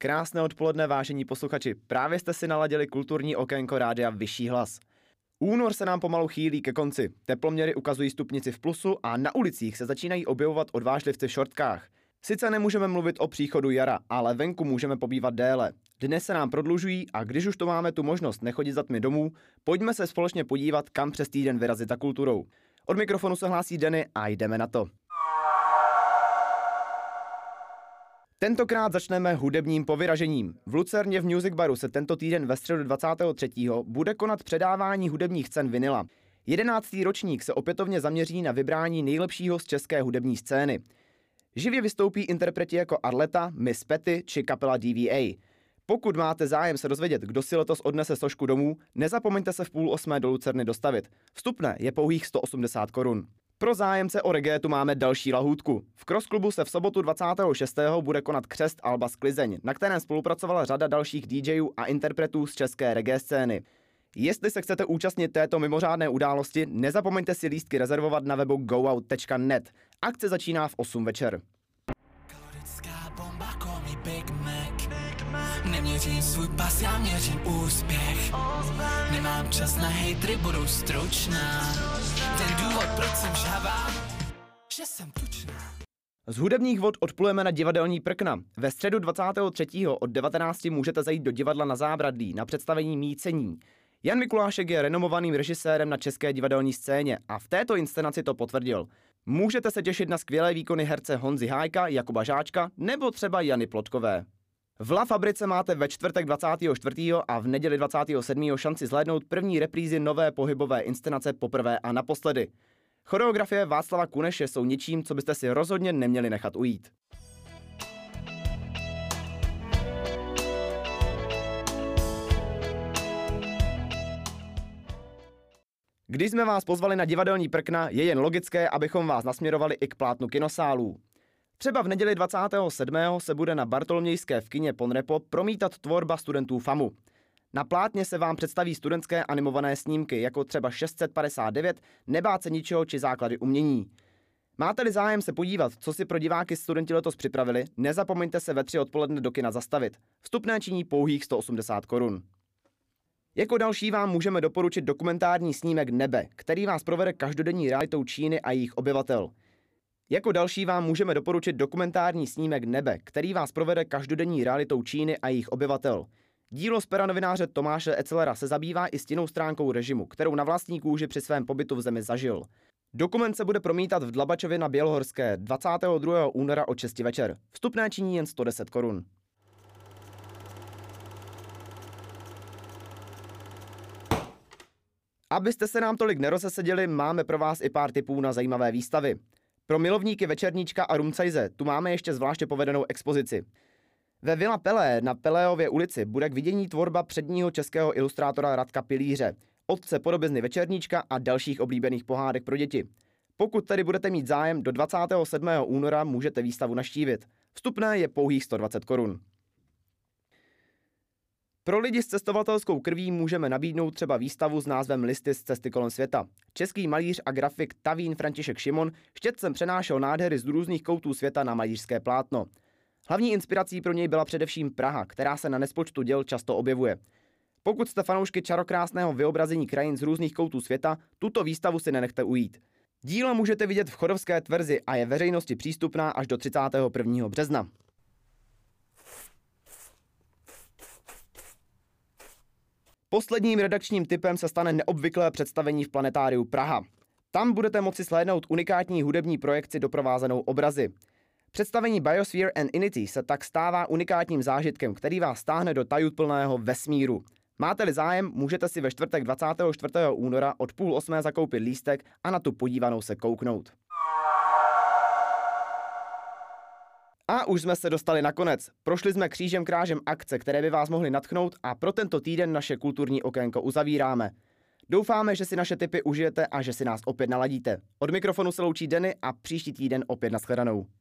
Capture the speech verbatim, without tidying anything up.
Krásné odpoledne, vážení posluchači. Právě jste si naladili kulturní okénko rádia Vyšší hlas. Únor se nám pomalu chýlí ke konci. Teploměry ukazují stupnici v plusu a na ulicích se začínají objevovat odvážlivci v šortkách. Sice nemůžeme mluvit o příchodu jara, ale venku můžeme pobývat déle. Dnes se nám prodlužují a když už to máme tu možnost nechodit za tmy domů, pojďme se společně podívat, kam přes týden vyrazit za kulturou. Od mikrofonu se hlásí Denny a jdeme na to. Tentokrát začneme hudebním povyražením. V Lucerně v Music Baru se tento týden ve středu dvacátého třetího bude konat předávání hudebních cen vinyla. Jedenáctý ročník se opětovně zaměří na vybrání nejlepšího z české hudební scény. Živě vystoupí interpreti jako Arleta, Miss Petty či kapela D V A. Pokud máte zájem se dozvědět, kdo si letos odnese sošku domů, nezapomeňte se v půl osmé do Lucerny dostavit. Vstupné je pouhých sto osmdesát korun. Pro zájemce o reggae tu máme další lahůdku. V Cross klubu se v sobotu dvacátého šestého bude konat křest alba Sklizeň, na kterém spolupracovala řada dalších DJů a interpretů z české reggae scény. Jestli se chcete účastnit této mimořádné události, nezapomeňte si lístky rezervovat na webu go out tečka net. Akce začíná v osm večer. Neměřím svůj pas, já měřím úspěch. Nemám čas na hejtry, budou stručná. Ten důvod, proč jsem žhavá, že jsem tučná. Z hudebních vod odplujeme na divadelní prkna. Ve středu dvacátého třetího od devatenácti můžete zajít do divadla na Zábradlí na představení Mícení. Jan Mikulášek je renomovaným režisérem na české divadelní scéně a v této inscenaci to potvrdil. Můžete se těšit na skvělé výkony herce Honzy Hájka, Jakuba Žáčka nebo třeba Jany Plotkové. V La Fabrice máte ve čtvrtek dvacátého čtvrtého a v neděli dvacátého sedmého šanci zhlédnout první reprízy nové pohybové inscenace Poprvé a naposledy. Choreografie Václava Kuneše jsou něčím, co byste si rozhodně neměli nechat ujít. Když jsme vás pozvali na divadelní prkna, je jen logické, abychom vás nasměrovali i k plátnu kinosálů. Třeba v neděli dvacátého sedmého se bude na Bartolomějské v kině Ponrepo promítat tvorba studentů FAMu. Na plátně se vám představí studentské animované snímky, jako třeba šest set padesát devět, Nebát se ničeho či Základy umění. Máte-li zájem se podívat, co si pro diváky studenti letos připravili, nezapomeňte se ve tři odpoledne do kina zastavit. Vstupné činí pouhých sto osmdesát korun. Jako další vám můžeme doporučit dokumentární snímek Nebe, který vás provede každodenní realitou Číny a jejich obyvatel. Jako další vám můžeme doporučit dokumentární snímek Nebe, který vás provede každodenní realitou Číny a jejich obyvatel. Dílo z pera novináře Tomáše Etzlera se zabývá i stinnou stránkou režimu, kterou na vlastní kůži při svém pobytu v zemi zažil. Dokument se bude promítat v Dlabačově na Bělohorské dvacátého druhého února od šesti večer. Vstupné činí jen sto deset korun. Abyste se nám tolik nerozeseděli, máme pro vás i pár tipů na zajímavé výstavy. Pro milovníky večerníčka a rumcajze tu máme ještě zvláště povedenou expozici. Ve Villa Pelé na Peléově ulici bude k vidění tvorba předního českého ilustrátora Radka Pilíře, otce podobizny Večerníčka a dalších oblíbených pohádek pro děti. Pokud tedy budete mít zájem, do dvacátého sedmého února můžete výstavu navštívit. Vstupné je pouhých sto dvacet korun. Pro lidi s cestovatelskou krví můžeme nabídnout třeba výstavu s názvem Listy z cesty kolem světa. Český malíř a grafik Tavín František Šimon štětcem přenášel nádhery z různých koutů světa na malířské plátno. Hlavní inspirací pro něj byla především Praha, která se na nespočtu děl často objevuje. Pokud jste fanoušky čarokrásného vyobrazení krajin z různých koutů světa, tuto výstavu si nenechte ujít. Díla můžete vidět v Chodovské tvrzi a je veřejnosti přístupná až do třicátého prvního března. Posledním redakčním tipem se stane neobvyklé představení v Planetáriu Praha. Tam budete moci shlédnout unikátní hudební projekci doprovázenou obrazy. Představení Biosphere and Inity se tak stává unikátním zážitkem, který vás stáhne do tajuplného vesmíru. Máte-li zájem, můžete si ve čtvrtek dvacátého čtvrtého února od půl osmé zakoupit lístek a na tu podívanou se kouknout. A už jsme se dostali na konec. Prošli jsme křížem krážem akce, které by vás mohly nadchnout a pro tento týden naše kulturní okénko uzavíráme. Doufáme, že si naše tipy užijete a že si nás opět naladíte. Od mikrofonu se loučí Denny a příští týden opět nashledanou.